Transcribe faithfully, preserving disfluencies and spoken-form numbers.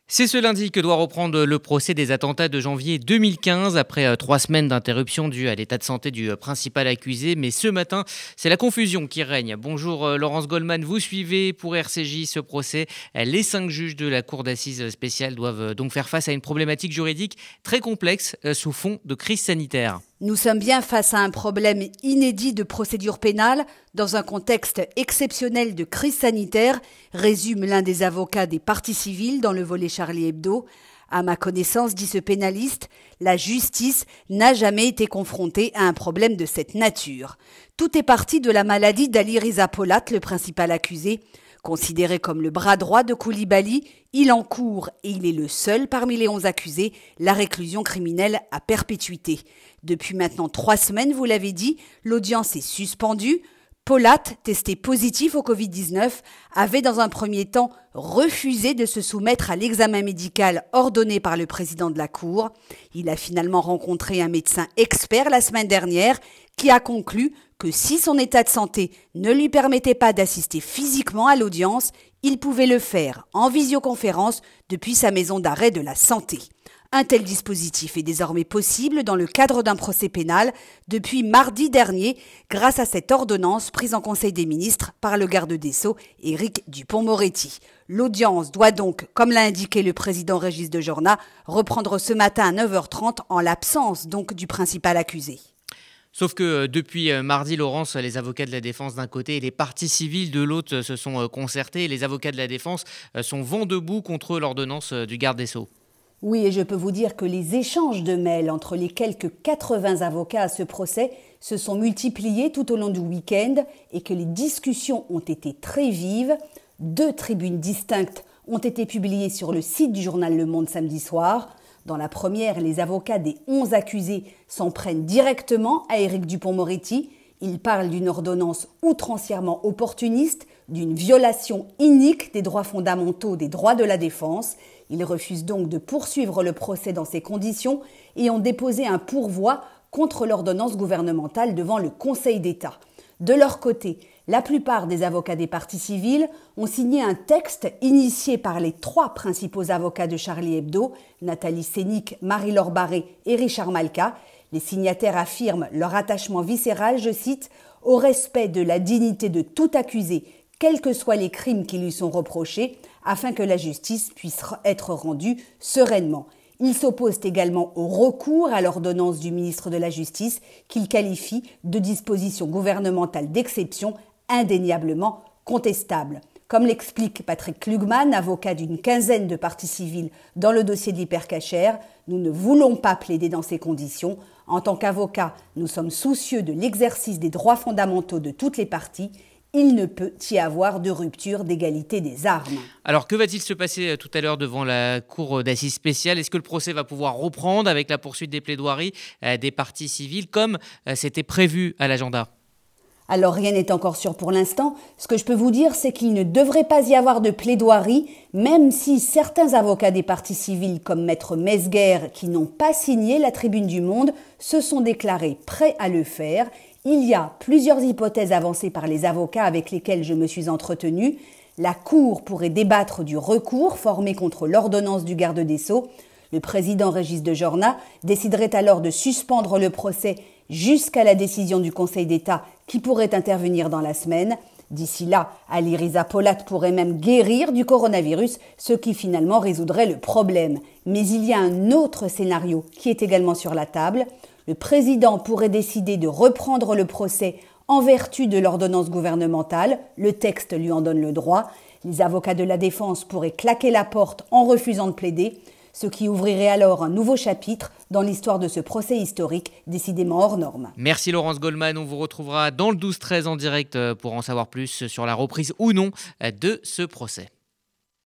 C'est ce lundi que doit reprendre le procès des attentats de janvier deux mille quinze, après euh, trois semaines d'interruption due à l'état de santé du euh, principal accusé. Mais ce matin, c'est la confusion qui règne. Bonjour euh, Laurence Goldman, vous suivez pour R C J ce procès. Les cinq juges de la cour d'assises spéciale doivent euh, donc faire face à une problématique juridique très complexe euh, sous fond de crise sanitaire. Nous sommes bien face à un problème inédit de procédure pénale dans un contexte exceptionnel de crise sanitaire, résume l'un des avocats des parties civiles dans le volet Charlie Hebdo. À ma connaissance, dit ce pénaliste, la justice n'a jamais été confrontée à un problème de cette nature. Tout est parti de la maladie d'Ali Riza Polat, le principal accusé. Considéré comme le bras droit de Koulibaly, il encourt, et il est le seul parmi les onze accusés, la réclusion criminelle à perpétuité. Depuis maintenant trois semaines, vous l'avez dit, l'audience est suspendue. Polat, testé positif au covid dix-neuf, avait dans un premier temps refusé de se soumettre à l'examen médical ordonné par le président de la Cour. Il a finalement rencontré un médecin expert la semaine dernière qui a conclu que si son état de santé ne lui permettait pas d'assister physiquement à l'audience, il pouvait le faire en visioconférence depuis sa maison d'arrêt de la santé. Un tel dispositif est désormais possible dans le cadre d'un procès pénal depuis mardi dernier grâce à cette ordonnance prise en Conseil des ministres par le garde des Sceaux Éric Dupond-Moretti. L'audience doit donc, comme l'a indiqué le président Régis Dejorna, reprendre ce matin à neuf heures trente en l'absence donc du principal accusé. Sauf que depuis mardi, Laurence, les avocats de la défense d'un côté et les parties civiles de l'autre se sont concertés. Les avocats de la défense sont vent debout contre l'ordonnance du garde des Sceaux. Oui, et je peux vous dire que les échanges de mails entre les quelques quatre-vingts avocats à ce procès se sont multipliés tout au long du week-end et que les discussions ont été très vives. Deux tribunes distinctes ont été publiées sur le site du journal Le Monde samedi soir. Dans la première, les avocats des onze accusés s'en prennent directement à Éric Dupond-Moretti. Ils parlent d'une ordonnance outrancièrement opportuniste, d'une violation inique des droits fondamentaux des droits de la défense. Ils refusent donc de poursuivre le procès dans ces conditions et ont déposé un pourvoi contre l'ordonnance gouvernementale devant le Conseil d'État. De leur côté, la plupart des avocats des parties civiles ont signé un texte initié par les trois principaux avocats de Charlie Hebdo, Nathalie Sénic, Marie-Laure Barré et Richard Malka. Les signataires affirment leur attachement viscéral, je cite, « au respect de la dignité de tout accusé, quels que soient les crimes qui lui sont reprochés, afin que la justice puisse être rendue sereinement ». Ils s'opposent également au recours à l'ordonnance du ministre de la Justice qu'ils qualifient de disposition gouvernementale d'exception indéniablement contestable. Comme l'explique Patrick Klugman, avocat d'une quinzaine de parties civiles dans le dossier de l'hypercachère, nous ne voulons pas plaider dans ces conditions. En tant qu'avocat, nous sommes soucieux de l'exercice des droits fondamentaux de toutes les parties. Il ne peut y avoir de rupture d'égalité des armes. Alors, que va-t-il se passer tout à l'heure devant la cour d'assises spéciale ? Est-ce que le procès va pouvoir reprendre avec la poursuite des plaidoiries des parties civiles comme c'était prévu à l'agenda ? Alors rien n'est encore sûr pour l'instant. Ce que je peux vous dire, c'est qu'il ne devrait pas y avoir de plaidoirie, même si certains avocats des parties civiles, comme Maître Mesguer, qui n'ont pas signé la Tribune du Monde, se sont déclarés prêts à le faire. Il y a plusieurs hypothèses avancées par les avocats avec lesquels je me suis entretenue. La Cour pourrait débattre du recours formé contre l'ordonnance du garde des Sceaux. Le président Régis Dejorna déciderait alors de suspendre le procès jusqu'à la décision du Conseil d'État qui pourrait intervenir dans la semaine. D'ici là, Ali Riza Polat pourrait même guérir du coronavirus, ce qui finalement résoudrait le problème. Mais il y a un autre scénario qui est également sur la table. Le président pourrait décider de reprendre le procès en vertu de l'ordonnance gouvernementale. Le texte lui en donne le droit. Les avocats de la défense pourraient claquer la porte en refusant de plaider, ce qui ouvrirait alors un nouveau chapitre dans l'histoire de ce procès historique décidément hors norme. Merci Laurence Goldman, on vous retrouvera dans le douze treize en direct pour en savoir plus sur la reprise ou non de ce procès.